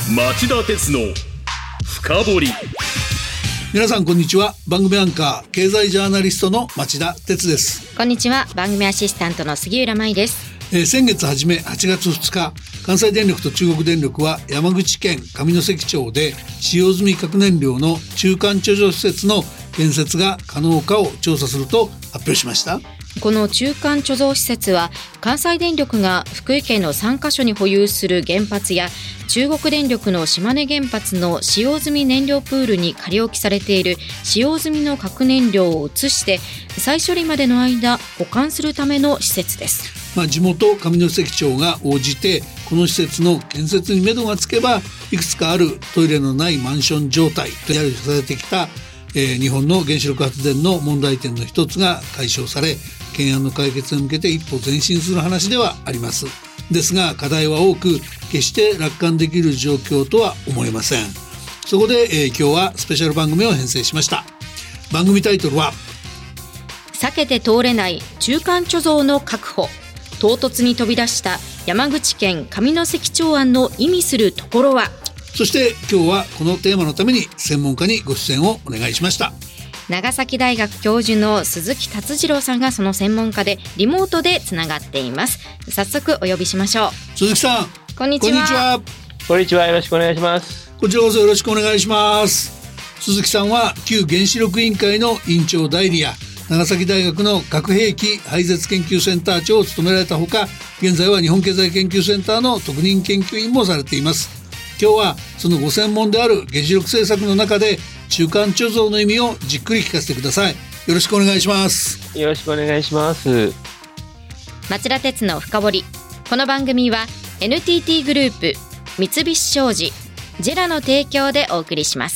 町田鉄の深掘り。 皆さんこんにちは。番組アンカー経済ジャーナリストの町田鉄です。 こんにちは。番組アシスタントの杉浦舞です。 先月初め8月2日、関西電力と中国電力は山口県上関町で使用済み核燃料の中間貯蔵施設の建設が可能かを調査すると発表しました。 この中間貯蔵施設は関西電力が福井県の3カ所に保有する原発や中国電力の島根原発の使用済み燃料プールに仮置きされている使用済みの核燃料を移して再処理までの間保管するための施設です。 地元上関町が応じてこの施設の建設に目処がつけばいくつかあるトイレのないマンション状態とやるされてきた日本の原子力発電の問題点の一つが解消され、懸案の解決に向けて一歩前進する話ではあります。ですが課題は多く、決して楽観できる状況とは思えません。そこで、今日はスペシャル番組を編成しました。番組タイトルは避けて通れない中間貯蔵の確保、唐突に飛び出した山口県上関町案の意味するところは。 そして今日はこのテーマのために専門家にご出演をお願いしました。 長崎大学教授の鈴木達次郎さんがその専門家でリモートでつながっています。早速お呼びしましょう。 鈴木さん、 こんにちは。 こんにちは、よろしくお願いします。 こちらこそよろしくお願いします。鈴木さんは旧原子力委員会の委員長代理や長崎大学の核兵器廃絶研究センター長を務められたほか、現在は日本経済研究センターの特任研究員もされています。今日はそのご専門である原子力政策の中で中間貯蔵の意味をじっくり聞かせてください。よろしくお願いします。 よろしくお願いします。 町田鉄の深掘り。この番組は NTT グループ、三菱商事、ジェラの提供でお送りします。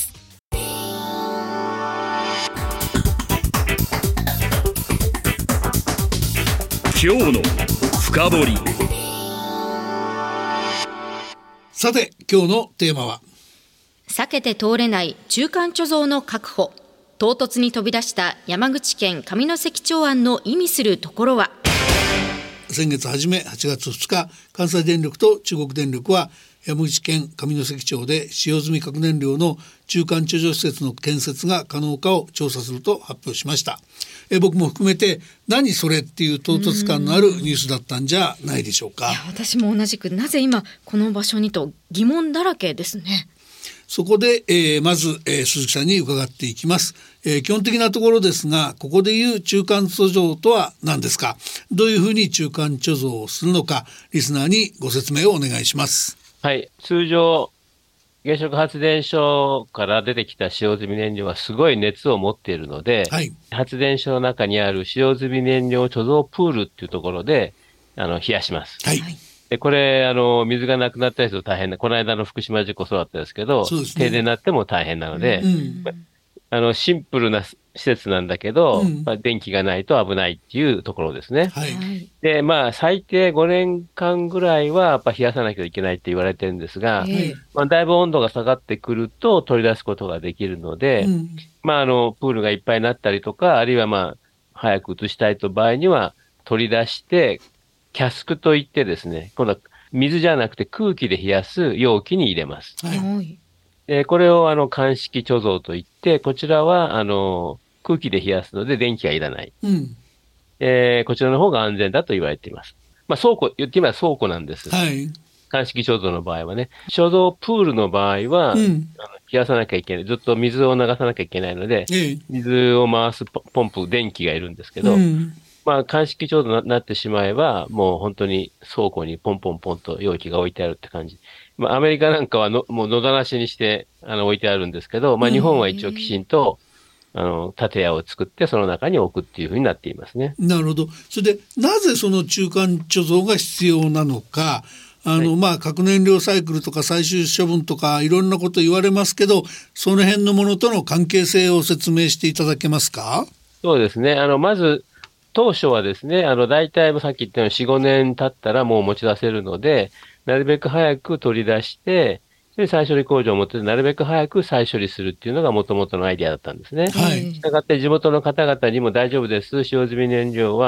今日の深掘り。 さて今日のテーマは避けて通れない中間貯蔵の確保、唐突に飛び出した山口県上関町案の意味するところは。 先月初め8月2日、関西電力と中国電力は山口県上関町で使用済み核燃料の中間貯蔵施設の建設が可能かを調査すると発表しました。僕も含めて何それっていう唐突感のあるニュースだったんじゃないでしょうか。 いや、私も同じくなぜ今この場所にと疑問だらけですね。 そこで、まず、鈴木さんに伺っていきます。基本的なところですが、ここでいう中間貯蔵とは何ですか。どういうふうに中間貯蔵をするのか、リスナーにご説明をお願いします。 はい、通常原子力発電所から出てきた使用済み燃料はすごい熱を持っているので、 はい、 発電所の中にある使用済み燃料貯蔵プールっていうところで冷やします。 はい、 でこれ水がなくなったりすると大変な、この間の福島事故そうだったですけど、 そうですね、 停電になっても大変なので、シンプルな施設なんだけど、電気がないと危ないっていうところですね。 はい、 で最低5年間ぐらいはやっぱ冷やさなきゃいけないって言われてるんですが、だいぶ温度が下がってくると取り出すことができるので、プールがいっぱいになったりとか、あるいは早く移したいと場合には取り出してキャスクといってですね、今度は水じゃなくて空気で冷やす容器に入れます。これを乾式貯蔵といって、こちらは空気で冷やすので電気がいらない。こちらの方が安全だと言われています。倉庫、言ってみれば倉庫なんです。 はい、 乾式貯蔵の場合はね。貯蔵プールの場合は、冷やさなきゃいけない。ずっと水を流さなきゃいけないので、水を回すポンプ、電気がいるんですけど、乾式貯蔵になってしまえば、もう本当に倉庫にポンポンポンと容器が置いてあるって感じ。アメリカなんかはもう野ざらしにして置いてあるんですけど、日本は一応きちんと建屋を作ってその中に置くっていうふうになっていますね。 なるほど。それでなぜその中間貯蔵が必要なのか、核燃料サイクルとか最終処分とかいろんなこと言われますけど、その辺のものとの関係性を説明していただけますか。 そうですね。まず当初はですね、大体さっき言ったように4、5年経ったらもう持ち出せるので、なるべく早く取り出して、で再処理工場を持ってなるべく早く再処理するっていうのが元々のアイデアだったんですね。 はい。 したがって地元の方々にも大丈夫です。使用済み燃料は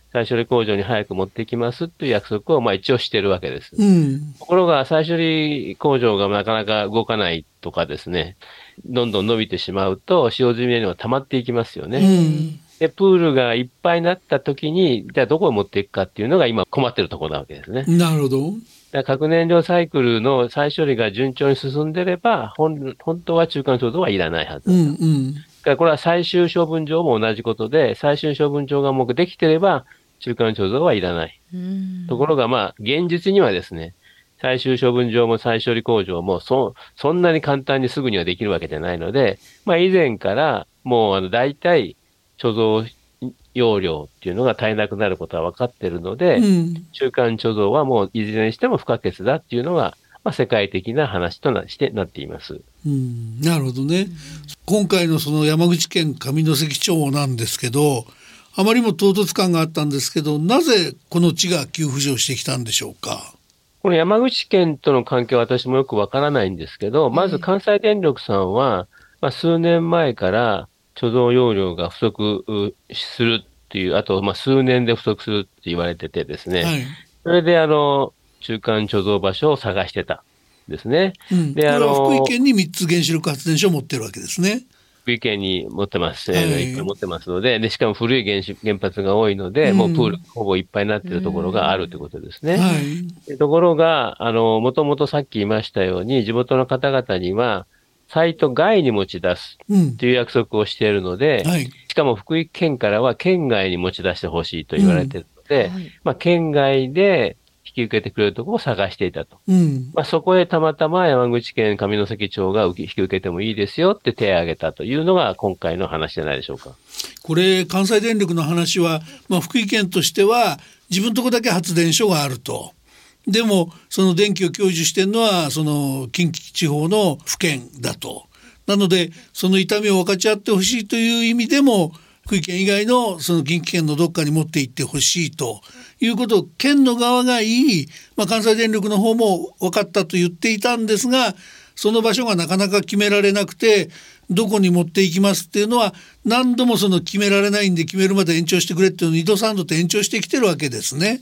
再処理工場に早く持ってきますという約束を一応してるわけです。ところが再処理工場がなかなか動かないとかですね、どんどん伸びてしまうと使用済み燃料が溜まっていきますよね。で、プールがいっぱいになった時に、じゃあどこへ持っていくかっていうのが今困ってるところなわけですね。 なるほど。 核燃料サイクルの再処理が順調に進んでれば、本当は中間貯蔵はいらないはずだと。これは最終処分場も同じことで、最終処分場がもうできてれば、中間貯蔵はいらない。ところが現実にはですね、最終処分場も再処理工場もそんなに簡単にすぐにはできるわけじゃないので、以前からもう大体貯蔵容量っていうのが足りなくなることは分かっているので、中間貯蔵はもういずれにしても不可欠だっていうのが、世界的な話としてなっています。 なるほどね。今回のその山口県上関町なんですけど、あまりも唐突感があったんですけど、なぜこの地が急浮上してきたんでしょうか。 この山口県との関係は私もよくわからないんですけど、まず関西電力さんは、数年前から貯蔵容量が不足するっていう、あと数年で不足するって言われててですね、それで中間貯蔵場所を探してたんですね。 で、これは福井県に3つ原子力発電所を持ってるわけですね。 福井県に持ってます。いっぱい持ってますので、しかも古い原発が多いので、もうプールほぼいっぱいになっているところがあるということですね。ところが、もともとさっき言いましたように、地元の方々には、サイト外に持ち出すという約束をしているので、しかも福井県からは県外に持ち出してほしいと言われているので、県外で引き受けてくれるところを探していたと。そこへたまたま山口県上関町が引き受けてもいいですよって手を挙げたというのが今回の話じゃないでしょうか。 これ関西電力の話は、福井県としては自分のとこだけ発電所があると。でもその電気を享受しているのはその近畿地方の府県だと。なのでその痛みを分かち合ってほしいという意味でも、福井県以外のその近畿圏のどっかに持って行ってほしいということを県の側が言い、関西電力の方も分かったと言っていたんですが、その場所がなかなか決められなくて、どこに持っていきますっていうのは何度もその決められないんで、決めるまで延長してくれっていうのを2度3度と延長してきてるわけですね。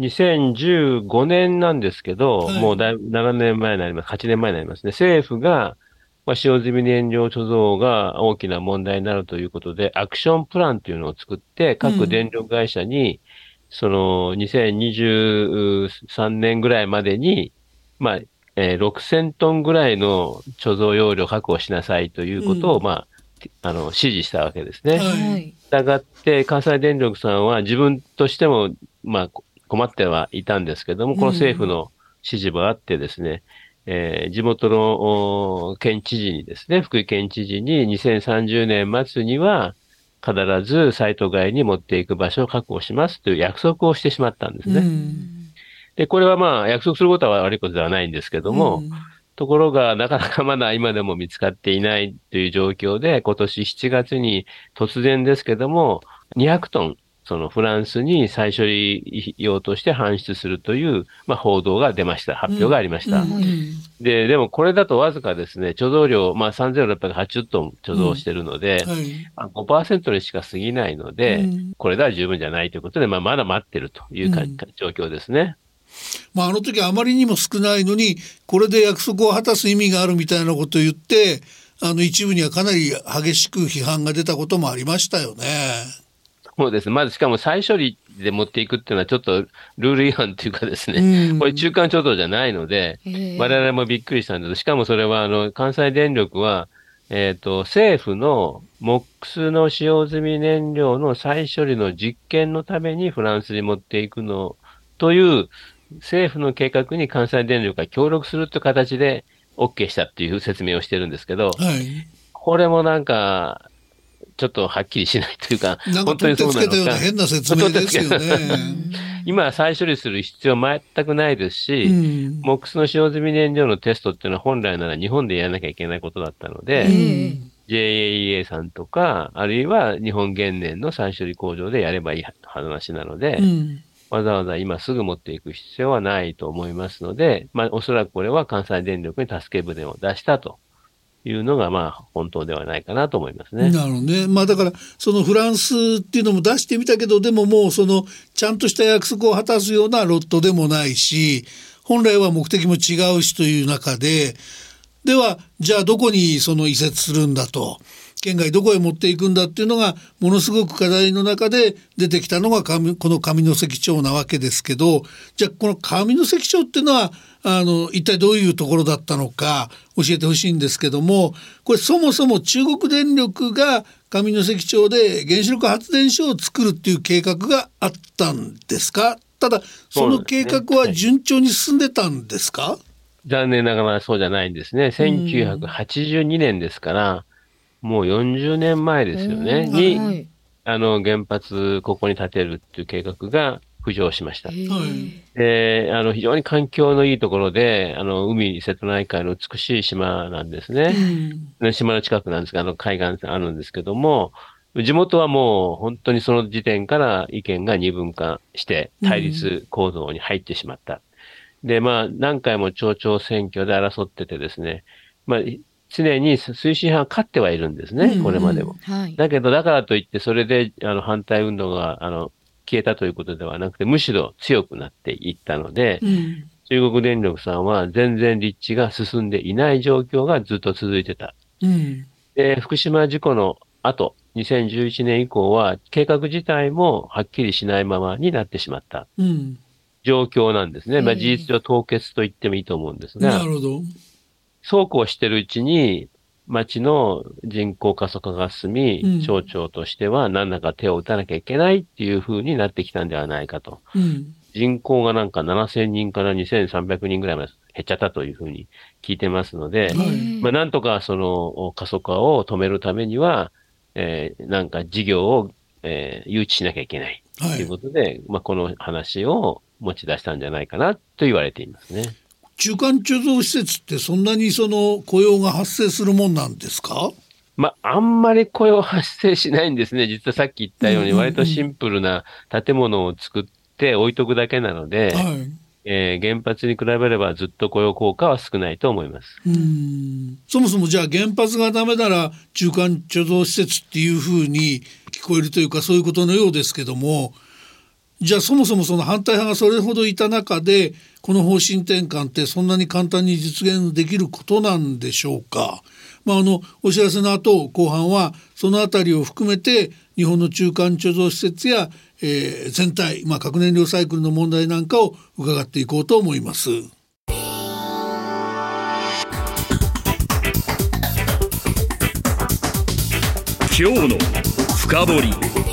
2015年なんですけど、もう7年前になります、8年前になりますね。政府が使用済み燃料貯蔵が大きな問題になるということで、アクションプランというのを作って、各電力会社に、その2023年ぐらいまでに、6000トンぐらいの貯蔵容量確保しなさいということを、指示したわけですね。したがって、関西電力さんは自分としても、困ってはいたんですけども、この政府の指示もあってですね、地元の県知事にですね、福井県知事に2030年末には必ずサイト外に持っていく場所を確保しますという約束をしてしまったんですね。で、これは約束することは悪いことではないんですけども、ところがなかなかまだ今でも見つかっていないという状況で、今年7月に突然ですけども、200トン、そのフランスに再処理用として搬出するという、報道が出ました。発表がありました。でもこれだとわずかですね、貯蔵量、3680トン貯蔵しているので、5% にしか過ぎないので、これでは十分じゃないということで、まだ待ってるという状況ですね。 あの時あまりにも少ないのに、これで約束を果たす意味があるみたいなことを言って、一部にはかなり激しく批判が出たこともありましたよね。 そうです。まずしかも再処理で持っていくっていうのはちょっとルール違反というかですね、これ中間貯蔵じゃないので、我々もびっくりしたんです。しかもそれは関西電力は、政府の MOX の使用済み燃料の再処理の実験のためにフランスに持っていくのという政府の計画に関西電力が協力するという形で OK したっていう説明をしてるんですけど、これもちょっとはっきりしないというか、 本当にそうなのか。取ってつけたような変な説明ですよね。 今再処理する必要全くないですし、MOX の使用済み燃料のテストっていうのは本来なら日本でやらなきゃいけないことだったので、JAEA さんとか、あるいは日本原燃の再処理工場でやればいい話なので、わざわざ今すぐ持っていく必要はないと思いますので、おそらくこれは関西電力に助け舟を出したというのが本当ではないかなと思いますね。 なるほどね。だからそのフランスっていうのも出してみたけど、でももうそのちゃんとした約束を果たすようなロットでもないし、本来は目的も違うしという中で、ではじゃあどこにその移設するんだと、県外どこへ持っていくんだっていうのがものすごく課題の中で出てきたのがこの上関町なわけですけど、じゃあこの上関町っていうのは一体どういうところだったのか教えてほしいんですけども、これそもそも中国電力が上関町で原子力発電所を作るっていう計画があったんですか？ただその計画は順調に進んでたんですか？ 残念ながらそうじゃないんですね。1982年ですから、もう40年前ですよね、に、原発ここに建てるっていう計画が浮上しました。で、非常に環境のいいところで、瀬戸内海の美しい島なんですね。島の近くなんですが、海岸あるんですけども、地元はもう本当にその時点から意見が二分化して対立構造に入ってしまった。で、何回も町長選挙で争っててですね、常に推進派は勝ってはいるんですね、これまでも。だけど、だからといって、それで、反対運動が、消えたということではなくて、むしろ強くなっていったので、中国電力さんは全然立地が進んでいない状況がずっと続いてた。で、福島事故の後、2011年以降は、計画自体もはっきりしないままになってしまった。状況なんですね。事実上凍結と言ってもいいと思うんですが。 なるほど。 そうこうしてるうちに、町の人口過疎化が進み、町長としては何らか手を打たなきゃいけないっていう風になってきたんではないかと。人口が7000人から2300人ぐらいまで減っちゃったという風に聞いてますので、なんとかその過疎化を止めるためには、事業を、誘致しなきゃいけないということで、この話を持ち出したんじゃないかなと言われていますね。 中間貯蔵施設ってそんなにその雇用が発生するもんなんですか？ あんまり雇用発生しないんですね。実はさっき言ったように割とシンプルな建物を作って置いとくだけなので、原発に比べればずっと雇用効果は少ないと思います。 そもそもじゃあ原発がダメなら中間貯蔵施設っていうふうに聞こえるというか、そういうことのようですけども、じゃあそもそもその反対派がそれほどいた中でこの方針転換ってそんなに簡単に実現できることなんでしょうか？お知らせの後後半はそのあたりを含めて日本の中間貯蔵施設や、全体、核燃料サイクルの問題なんかを伺っていこうと思います。 今日の深掘り。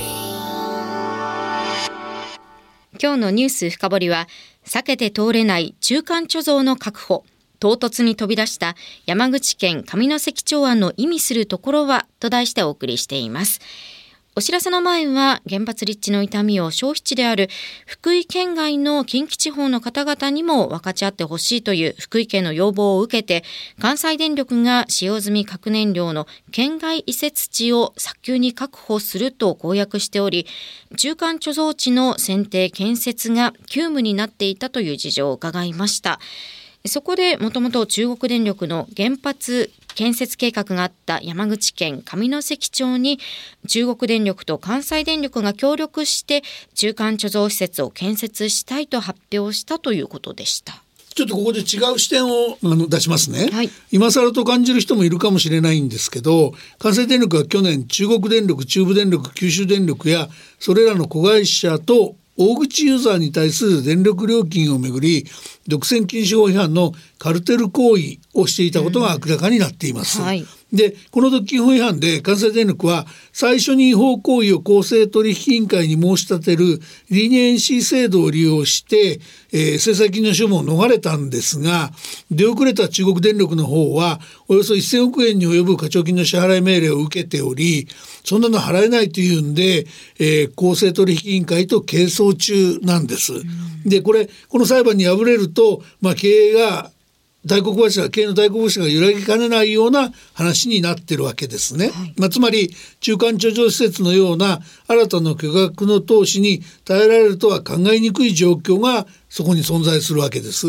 今日のニュース深掘りは、避けて通れない中間貯蔵の確保、唐突に飛び出した山口県上関町案の意味するところはと題してお送りしています。お知らせの前は原発立地の痛みを消費地である福井県外の近畿地方の方々にも分かち合ってほしいという福井県の要望を受けて、関西電力が使用済み核燃料の県外移設地を早急に確保すると公約しており、中間貯蔵地の選定建設が急務になっていたという事情を伺いました。そこでもともと中国電力の原発建設計画があった山口県上関町に中国電力と関西電力が協力して中間貯蔵施設を建設したいと発表したということでした。 ちょっとここで違う視点を出しますね。今更と感じる人もいるかもしれないんですけど、関西電力は去年中国電力、中部電力、九州電力やそれらの子会社と大口ユーザーに対する電力料金をめぐり独占禁止法違反のカルテル行為をしていたことが明らかになっています。でこの独禁法違反で関西電力は最初に違法行為を公正取引委員会に申し立てるリニエンシー制度を利用して、制裁金の処分を逃れたんですが、出遅れた中国電力の方はおよそ1000億円に及ぶ課徴金の支払い命令を受けており、そんなの払えないというんで、公正取引委員会と係争中なんです。でこの裁判に敗れると、経営の大黒柱が揺らぎかねないような話になってるわけですね。つまり中間貯蔵施設のような新たな巨額の投資に耐えられるとは考えにくい状況がそこに存在するわけです。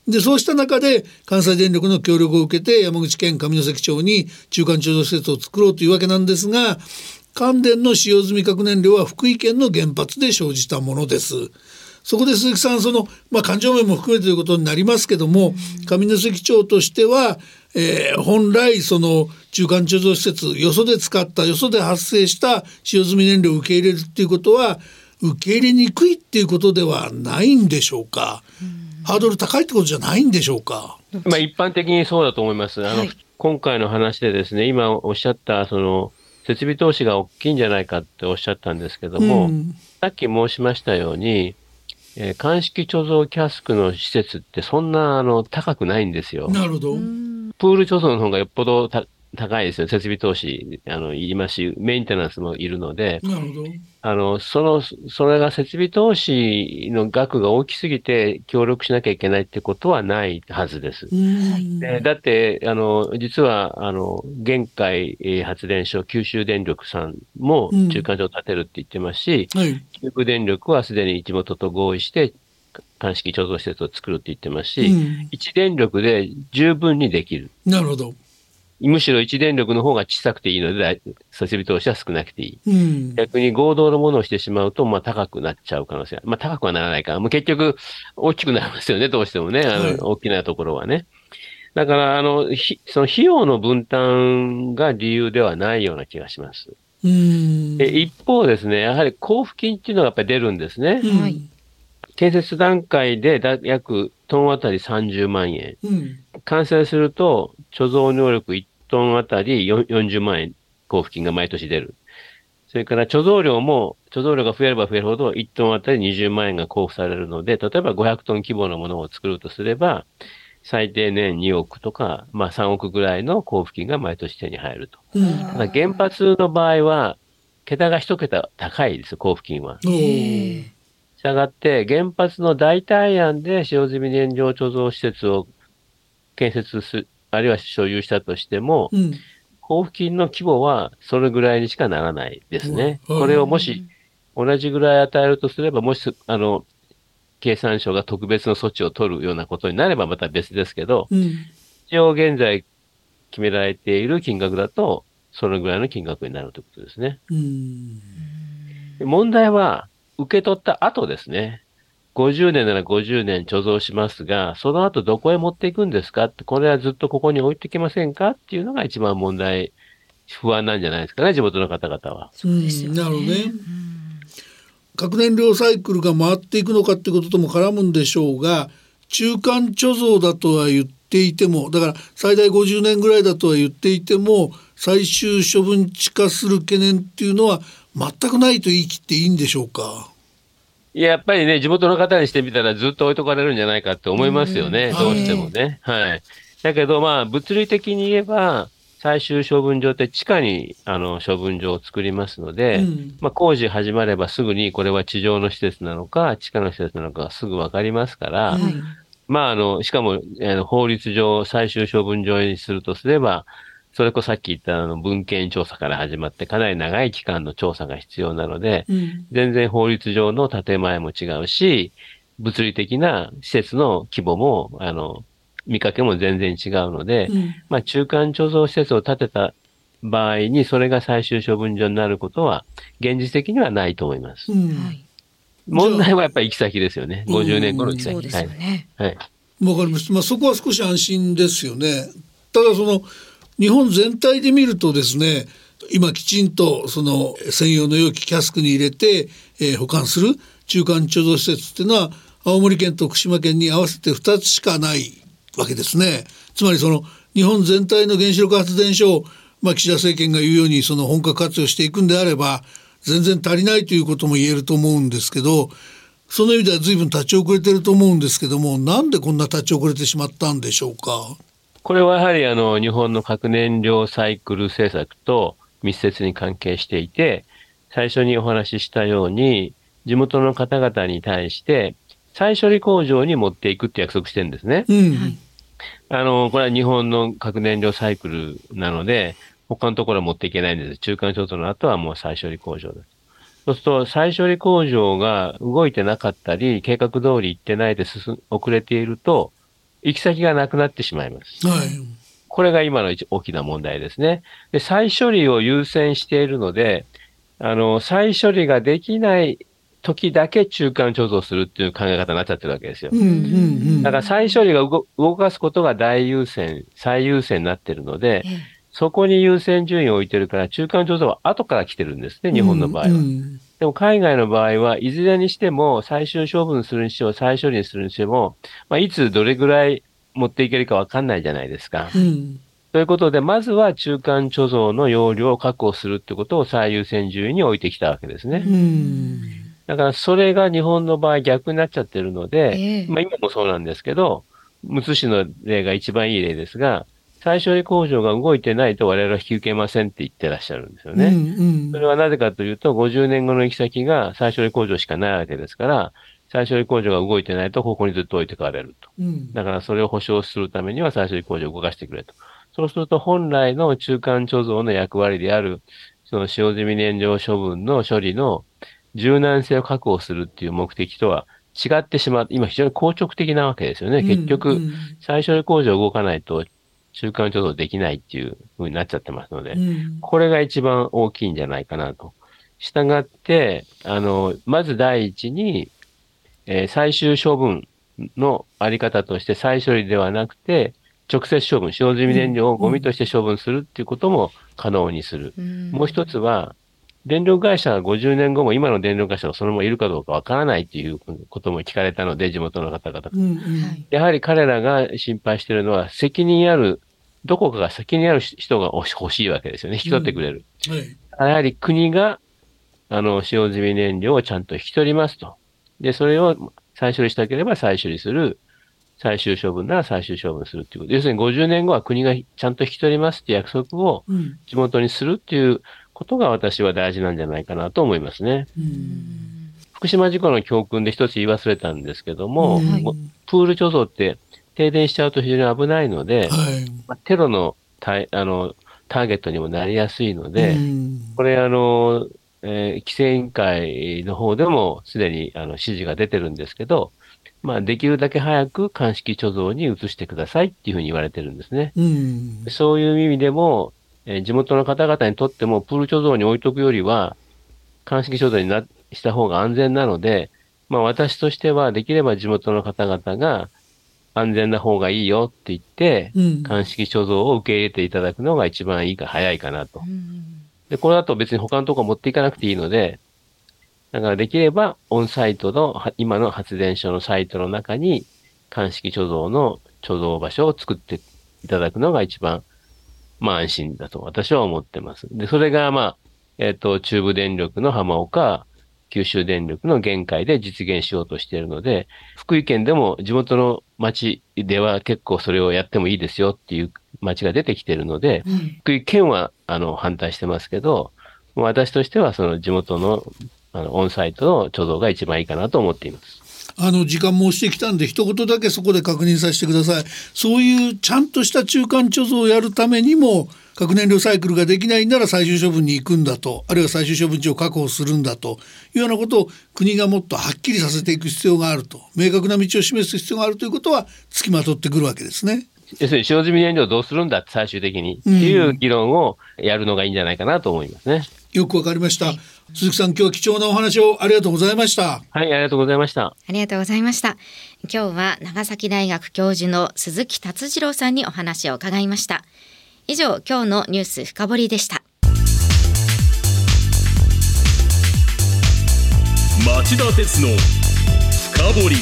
でそうした中で関西電力の協力を受けて山口県上関町に中間貯蔵施設を作ろうというわけなんですが、関電の使用済み核燃料は福井県の原発で生じたものです。そこで鈴木さん、環状面も含めてということになりますけども、上関町としては、本来その中間貯蔵施設、よそで使ったよそで発生した使用済み燃料を受け入れるっていうことは受け入れにくいっていうことではないんでしょうか。ハードル高いってことじゃないんでしょうか。 一般的にそうだと思います。今回の話でですね、今おっしゃったその設備投資が大きいんじゃないかっておっしゃったんですけども、さっき申しましたように、乾式貯蔵キャスクの施設ってそんな高くないんですよ。 なるほど。 プール貯蔵の方がよっぽど高いですよ。設備投資いりますし、メンテナンスもいるので。 なるほど。 それが設備投資の額が大きすぎて協力しなきゃいけないってことはないはずです。だって、実は、玄海発電所、九州電力さんも中間貯蔵を建てるって言ってますし、中部電力はすでに地元と合意して、乾式貯蔵施設を作るって言ってますし、一電力で十分にできる。 なるほど。 むしろ一電力の方が小さくていいので、設備投資は少なくていい。逆に合同のものをしてしまうと、高くなっちゃう可能性。高くはならないか。結局、大きくなりますよね、どうしてもね。大きなところはね。だから、その費用の分担が理由ではないような気がします。一方ですね、やはり交付金っていうのがやっぱり出るんですね。建設段階で約トンあたり30万円。完成すると、貯蔵能力1トンあたり40万円交付金が毎年出る。それから貯蔵量が増えれば増えるほど1トンあたり20万円が交付されるので、例えば500トン規模のものを作るとすれば、最低年2億とか、3億ぐらいの交付金が毎年手に入ると。ただ原発の場合は、桁が1桁高いです、交付金は。したがって、原発の代替案で使用済み燃料貯蔵施設を建設する、あるいは所有したとしても、交付金の規模はそれぐらいにしかならないですね。これをもし同じぐらい与えるとすれば、もし、経産省が特別の措置を取るようなことになればまた別ですけど、一応現在決められている金額だと、そのぐらいの金額になるということですね。問題は、受け取った後ですね。50年なら50年貯蔵しますが、その後どこへ持っていくんですかって、これはずっとここに置いてきませんかっていうのが一番不安なんじゃないですかね、地元の方々は。 そうですよね。 なるほどね。核燃料サイクルが回っていくのかってこととも絡むんでしょうが、中間貯蔵だとは言っていても、だから最大50年ぐらいだとは言っていても、最終処分地化する懸念っていうのは全くないと言い切っていいんでしょうか。 やっぱりね、地元の方にしてみたらずっと置いとかれるんじゃないかって思いますよね、どうしてもね。だけど、物理的に言えば、最終処分場って地下に処分場を作りますので、工事始まればすぐにこれは地上の施設なのか、地下の施設なのかすぐわかりますから、しかも、法律上最終処分場にするとすれば、それこそさっき言った文献調査から始まってかなり長い期間の調査が必要なので、全然法律上の建前も違うし、物理的な施設の規模も、見かけも全然違うので、中間貯蔵施設を建てた場合にそれが最終処分場になることは現実的にはないと思います。問題はやっぱり行き先ですよね。50年後の行き先。 そうですよね。 わかりました。そこは少し安心ですよね。ただ日本全体で見るとですね、今きちんと専用の容器キャスクに入れて、保管する中間貯蔵施設っていうのは青森県と福島県に合わせて2つしかないわけですね。つまり日本全体の原子力発電所を、岸田政権が言うように本格活用していくんであれば全然足りないということも言えると思うんですけど、その意味では随分立ち遅れてると思うんですけども、なんでこんな立ち遅れてしまったんでしょうか。 これはやはり日本の核燃料サイクル政策と密接に関係していて、最初にお話ししたように、地元の方々に対して再処理工場に持っていくって約束してるんですね。これは日本の核燃料サイクルなので、他のところは持っていけないんです。中間貯蔵の後はもう再処理工場です。そうすると、再処理工場が動いてなかったり、計画通り行ってないで遅れていると、 行き先がなくなってしまいます。 はい。 これが今の大きな問題ですね。で、再処理を優先しているので、再処理ができない時だけ中間貯蔵するっていう考え方になっちゃってるわけですよ。だから再処理が動かすことが最優先になってるので、そこに優先順位を置いてるから、中間貯蔵は後から来てるんですね、日本の場合は。でも海外の場合はいずれにしても最終処分するにしても再処理にするにしても、いつどれぐらい持っていけるかわかんないじゃないですか。ということで、まずは中間貯蔵の容量を確保するってことを最優先順位に置いてきたわけですね。だからそれが日本の場合逆になっちゃってるので、今もそうなんですけど、むつ市の例が一番いい例ですが、再処理工場が動いてないと我々は引き受けませんって言ってらっしゃるんですよね。それはなぜかというと、50年後の行き先が再処理工場しかないわけですから、再処理工場が動いてないとここにずっと置いてかれると。だからそれを保証するためには再処理工場を動かしてくれと。そうすると本来の中間貯蔵の役割である、その使用済み燃料処分の処理の柔軟性を確保するっていう目的とは違ってしまう。今非常に硬直的なわけですよね。結局、再処理工場動かないと中間貯蔵できないっていう風になっちゃってますので、これが一番大きいんじゃないかなと。したがって、まず第一に、最終処分のあり方として再処理ではなくて、直接処分、使用済み燃料をゴミとして処分するっていうことも可能にする。もう一つは、電力会社が50年後も今の電力会社がそのままいるかどうかわからないっていうことも聞かれたので、地元の方々。やはり彼らが心配しているのは、どこかが責任ある人が欲しいわけですよね。引き取ってくれる。やはり国が、使用済み燃料をちゃんと引き取りますと。で、それを再処理したければ再処理する。最終処分なら最終処分するっていうこと。要するに50年後は国がちゃんと引き取りますっていう約束を地元にするっていうことが私は大事なんじゃないかなと思いますね。福島事故の教訓で一つ言い忘れたんですけども、プール貯蔵って停電しちゃうと非常に危ないので、テロのターゲットにもなりやすいので、これ規制委員会の方でもすでに指示が出てるんですけど、できるだけ早く乾式貯蔵に移してくださいっていうふうに言われてるんですね。そういう意味でも、地元の方々にとってもプール貯蔵に置いとくよりは、乾式貯蔵にした方が安全なので、私としてはできれば地元の方々が安全な方がいいよって言って、乾式貯蔵を受け入れていただくのが一番いいか早いかなと。で、これだと別に他のところ持っていかなくていいので、だからできればオンサイトの今の発電所のサイトの中に乾式貯蔵の貯蔵場所を作っていただくのが一番安心だと私は思ってます。で、それが中部電力の浜岡、九州電力の限界で実現しようとしているので、福井県でも地元の町では結構それをやってもいいですよっていう町が出てきているので、福井県は反対してますけど、私としてはその地元のオンサイトの貯蔵が一番いいかなと思っています。 時間も押してきたんで一言だけそこで確認させてください。そういうちゃんとした中間貯蔵をやるためにも核燃料サイクルができないなら最終処分に行くんだと、あるいは最終処分地を確保するんだというようなことを国がもっとはっきりさせていく必要があると、明確な道を示す必要があるということは付きまとってくるわけですね。 要するに使用済み燃料をどうするんだ最終的にっていう議論をやるのがいいんじゃないかなと思いますね。 よくわかりました。鈴木さん、今日は貴重なお話をありがとうございました。 はい、ありがとうございました。 ありがとうございました。今日は長崎大学教授の鈴木達次郎さんにお話を伺いました。以上、今日のニュース深掘りでした。 町田鉄の深掘り。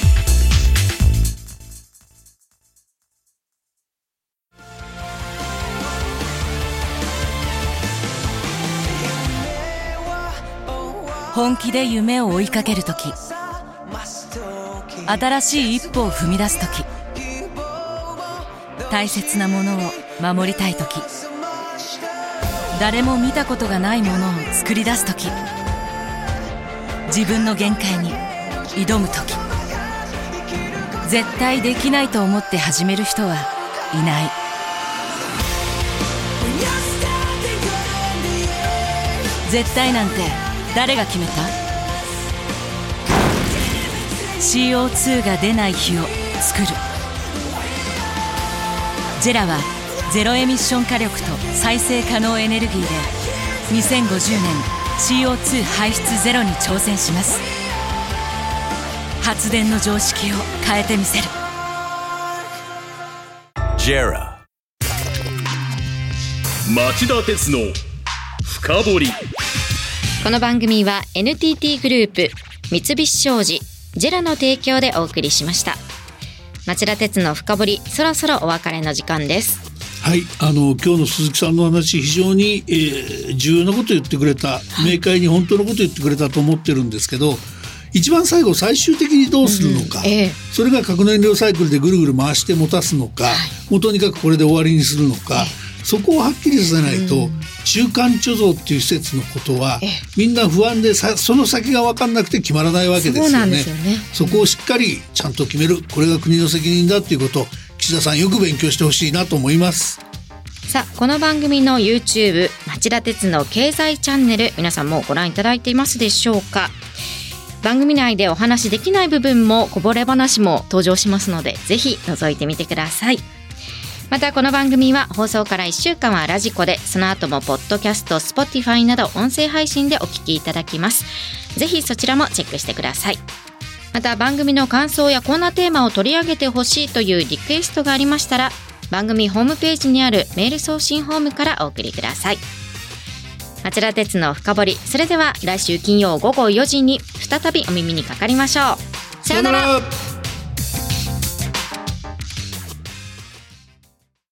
本気で夢を追いかけるとき、新しい一歩を踏み出すとき、大切なものを守りたいとき、誰も見たことがないものを作り出すとき、自分の限界に挑むとき、絶対できないと思って始める人はいない。絶対なんて誰が決めた？ CO2 が出ない日を作る。 ジェラはゼロエミッション火力と再生可能エネルギーで2050年 CO2 排出ゼロに挑戦します。発電の常識を変えてみせる。 ジェラ町田鉄の深掘り。 この番組は NTT グループ、三菱商事、ジェラの提供でお送りしました。町田鉄の深掘り、そろそろお別れの時間です。 はい、今日の鈴木さんの話、非常に、重要なことを言ってくれた、明快に本当のことを言ってくれたと思ってるんですけど、一番最後最終的にどうするのか、それが核燃料サイクルでぐるぐる回して持たすのか、もうとにかくこれで終わりにするのか、そこをはっきりさせないと、中間貯蔵っていう施設のことはみんな不安でその先が分かんなくて決まらないわけですよね。そこをしっかりちゃんと決める、これが国の責任だっていうことを岸田さんよく勉強してほしいなと思います。 さあ、この番組の YouTube 町田鉄の経済チャンネル、皆さんもご覧いただいていますでしょうか。番組内でお話できない部分もこぼれ話も登場しますので、ぜひ覗いてみてください。またこの番組は放送から1週間はラジコで、その後もポッドキャスト、Spotify など音声配信でお聞きいただきます。ぜひそちらもチェックしてください。また番組の感想やこんなテーマを取り上げてほしいというリクエストがありましたら、番組ホームページにあるメール送信フォームからお送りください。町田鉄の深掘り、それでは来週金曜午後4時に再びお耳にかかりましょう。さようなら。